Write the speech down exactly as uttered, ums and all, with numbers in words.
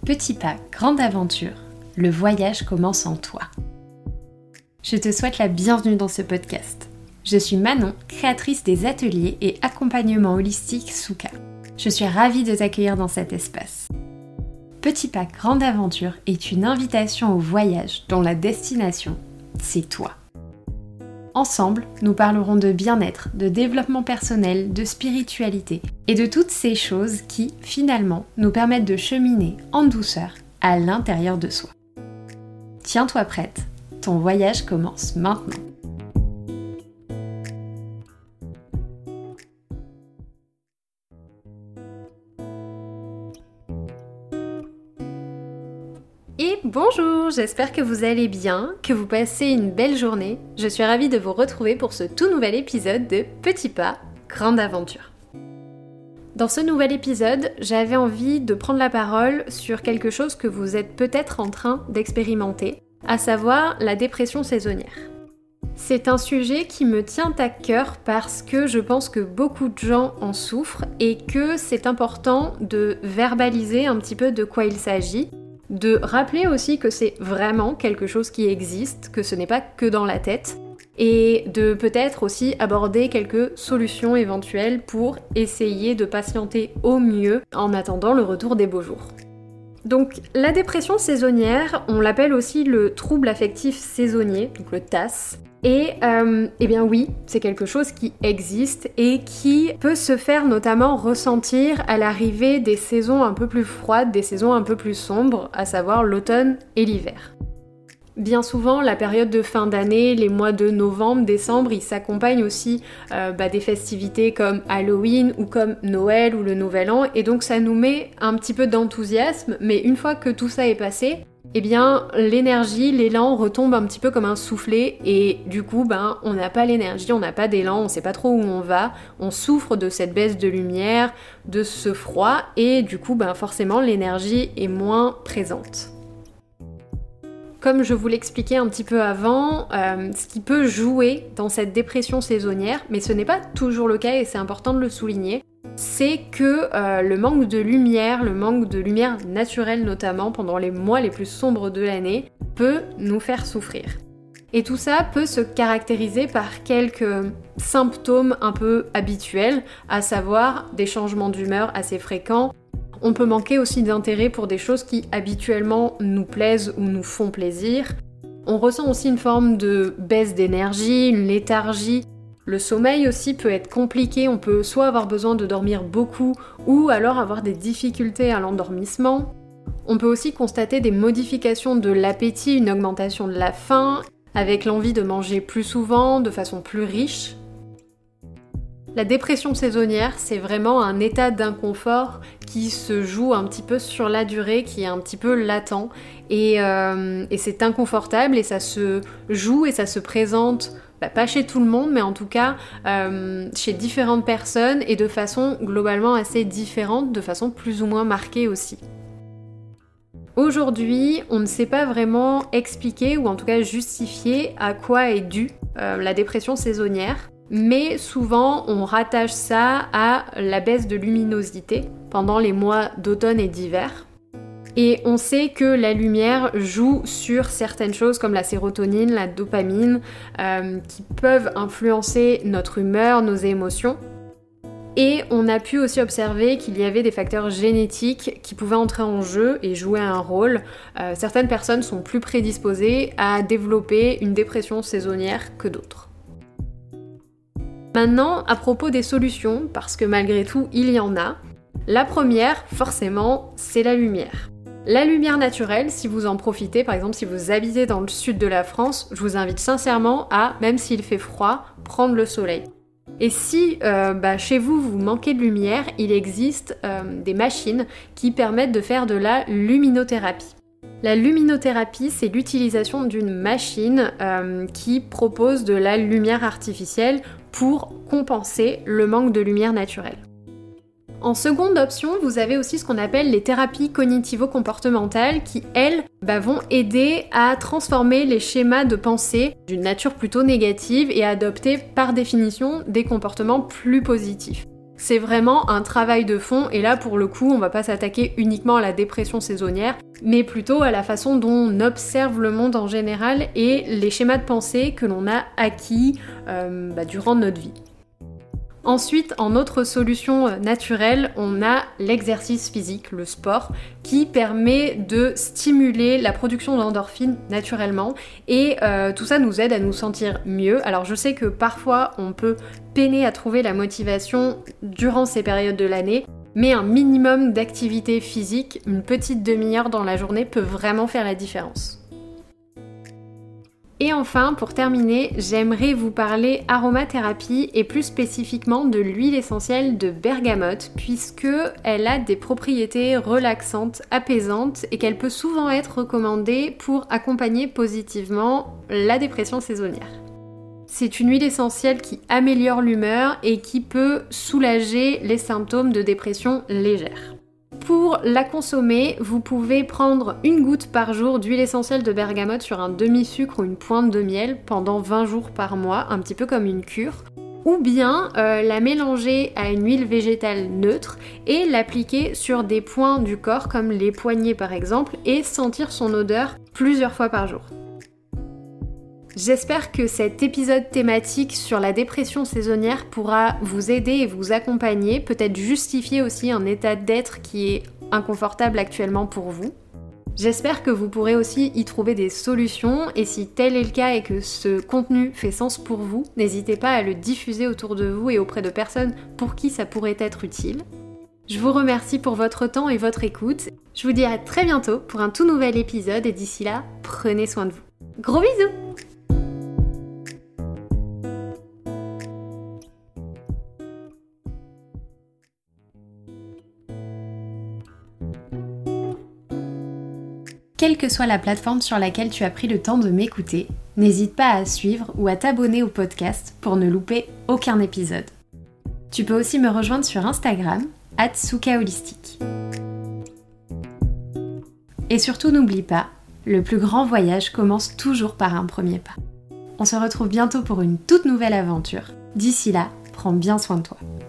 Petit pas, grande aventure, le voyage commence en toi. Je te souhaite la bienvenue dans ce podcast. Je suis Manon, créatrice des ateliers et accompagnement holistique Souka. Je suis ravie de t'accueillir dans cet espace. Petit pas, grande aventure est une invitation au voyage dont la destination, c'est toi. Ensemble, nous parlerons de bien-être, de développement personnel, de spiritualité et de toutes ces choses qui, finalement, nous permettent de cheminer en douceur à l'intérieur de soi. Tiens-toi prête, ton voyage commence maintenant. Et bonjour, j'espère que vous allez bien, que vous passez une belle journée. Je suis ravie de vous retrouver pour ce tout nouvel épisode de Petit pas, grande aventure. Dans ce nouvel épisode, j'avais envie de prendre la parole sur quelque chose que vous êtes peut-être en train d'expérimenter, à savoir la dépression saisonnière. C'est un sujet qui me tient à cœur parce que je pense que beaucoup de gens en souffrent et que c'est important de verbaliser un petit peu de quoi il s'agit. De rappeler aussi que c'est vraiment quelque chose qui existe, que ce n'est pas que dans la tête, et de peut-être aussi aborder quelques solutions éventuelles pour essayer de patienter au mieux en attendant le retour des beaux jours. Donc la dépression saisonnière, on l'appelle aussi le trouble affectif saisonnier, donc le T A S. Et euh, eh bien oui, c'est quelque chose qui existe et qui peut se faire notamment ressentir à l'arrivée des saisons un peu plus froides, des saisons un peu plus sombres, à savoir l'automne et l'hiver. Bien souvent, la période de fin d'année, les mois de novembre, décembre, ils s'accompagnent aussi euh, bah, des festivités comme Halloween ou comme Noël ou le Nouvel An, et donc ça nous met un petit peu d'enthousiasme, mais une fois que tout ça est passé, eh bien l'énergie, l'élan retombe un petit peu comme un soufflet et du coup ben on n'a pas l'énergie, on n'a pas d'élan, on sait pas trop où on va, on souffre de cette baisse de lumière, de ce froid et du coup ben forcément l'énergie est moins présente. Comme je vous l'expliquais un petit peu avant, euh, ce qui peut jouer dans cette dépression saisonnière, mais ce n'est pas toujours le cas et c'est important de le souligner, c'est que euh, le manque de lumière, le manque de lumière naturelle notamment pendant les mois les plus sombres de l'année, peut nous faire souffrir. Et tout ça peut se caractériser par quelques symptômes un peu habituels, à savoir des changements d'humeur assez fréquents. On peut manquer aussi d'intérêt pour des choses qui habituellement nous plaisent ou nous font plaisir. On ressent aussi une forme de baisse d'énergie, une léthargie. Le sommeil aussi peut être compliqué, on peut soit avoir besoin de dormir beaucoup ou alors avoir des difficultés à l'endormissement. On peut aussi constater des modifications de l'appétit, une augmentation de la faim, avec l'envie de manger plus souvent, de façon plus riche. La dépression saisonnière, c'est vraiment un état d'inconfort qui se joue un petit peu sur la durée, qui est un petit peu latent et, euh, et c'est inconfortable et ça se joue et ça se présente bah, pas chez tout le monde, mais en tout cas euh, chez différentes personnes et de façon globalement assez différente, de façon plus ou moins marquée aussi. Aujourd'hui, on ne sait pas vraiment expliquer ou en tout cas justifier à quoi est due euh, la dépression saisonnière. Mais souvent, on rattache ça à la baisse de luminosité pendant les mois d'automne et d'hiver. Et on sait que la lumière joue sur certaines choses comme la sérotonine, la dopamine, euh, qui peuvent influencer notre humeur, nos émotions. Et on a pu aussi observer qu'il y avait des facteurs génétiques qui pouvaient entrer en jeu et jouer un rôle. Euh, certaines personnes sont plus prédisposées à développer une dépression saisonnière que d'autres. Maintenant, à propos des solutions, parce que malgré tout, il y en a. La première, forcément, c'est la lumière. La lumière naturelle, si vous en profitez, par exemple si vous habitez dans le sud de la France, je vous invite sincèrement à, même s'il fait froid, prendre le soleil. Et si euh, bah, chez vous, vous manquez de lumière, il existe euh, des machines qui permettent de faire de la luminothérapie. La luminothérapie, c'est l'utilisation d'une machine euh, qui propose de la lumière artificielle pour compenser le manque de lumière naturelle. En seconde option, vous avez aussi ce qu'on appelle les thérapies cognitivo-comportementales qui, elles, bah, vont aider à transformer les schémas de pensée d'une nature plutôt négative et à adopter par définition des comportements plus positifs. C'est vraiment un travail de fond et là pour le coup on va pas s'attaquer uniquement à la dépression saisonnière mais plutôt à la façon dont on observe le monde en général et les schémas de pensée que l'on a acquis euh, bah, durant notre vie. Ensuite, en autre solution naturelle, on a l'exercice physique, le sport, qui permet de stimuler la production d'endorphines naturellement et euh, tout ça nous aide à nous sentir mieux. Alors je sais que parfois on peut peiner à trouver la motivation durant ces périodes de l'année, mais un minimum d'activité physique, une petite demi-heure dans la journée peut vraiment faire la différence. Et enfin, pour terminer, j'aimerais vous parler aromathérapie et plus spécifiquement de l'huile essentielle de bergamote puisque elle a des propriétés relaxantes, apaisantes et qu'elle peut souvent être recommandée pour accompagner positivement la dépression saisonnière. C'est une huile essentielle qui améliore l'humeur et qui peut soulager les symptômes de dépression légère. Pour la consommer, vous pouvez prendre une goutte par jour d'huile essentielle de bergamote sur un demi-sucre ou une pointe de miel pendant vingt jours par mois, un petit peu comme une cure, ou bien euh, la mélanger à une huile végétale neutre et l'appliquer sur des points du corps comme les poignets par exemple et sentir son odeur plusieurs fois par jour. J'espère que cet épisode thématique sur la dépression saisonnière pourra vous aider et vous accompagner, peut-être justifier aussi un état d'être qui est inconfortable actuellement pour vous. J'espère que vous pourrez aussi y trouver des solutions et si tel est le cas et que ce contenu fait sens pour vous, n'hésitez pas à le diffuser autour de vous et auprès de personnes pour qui ça pourrait être utile. Je vous remercie pour votre temps et votre écoute. Je vous dis à très bientôt pour un tout nouvel épisode et d'ici là, prenez soin de vous. Gros bisous! Quelle que soit la plateforme sur laquelle tu as pris le temps de m'écouter, n'hésite pas à suivre ou à t'abonner au podcast pour ne louper aucun épisode. Tu peux aussi me rejoindre sur Instagram, arobase soukaholistique. Et surtout n'oublie pas, le plus grand voyage commence toujours par un premier pas. On se retrouve bientôt pour une toute nouvelle aventure. D'ici là, prends bien soin de toi.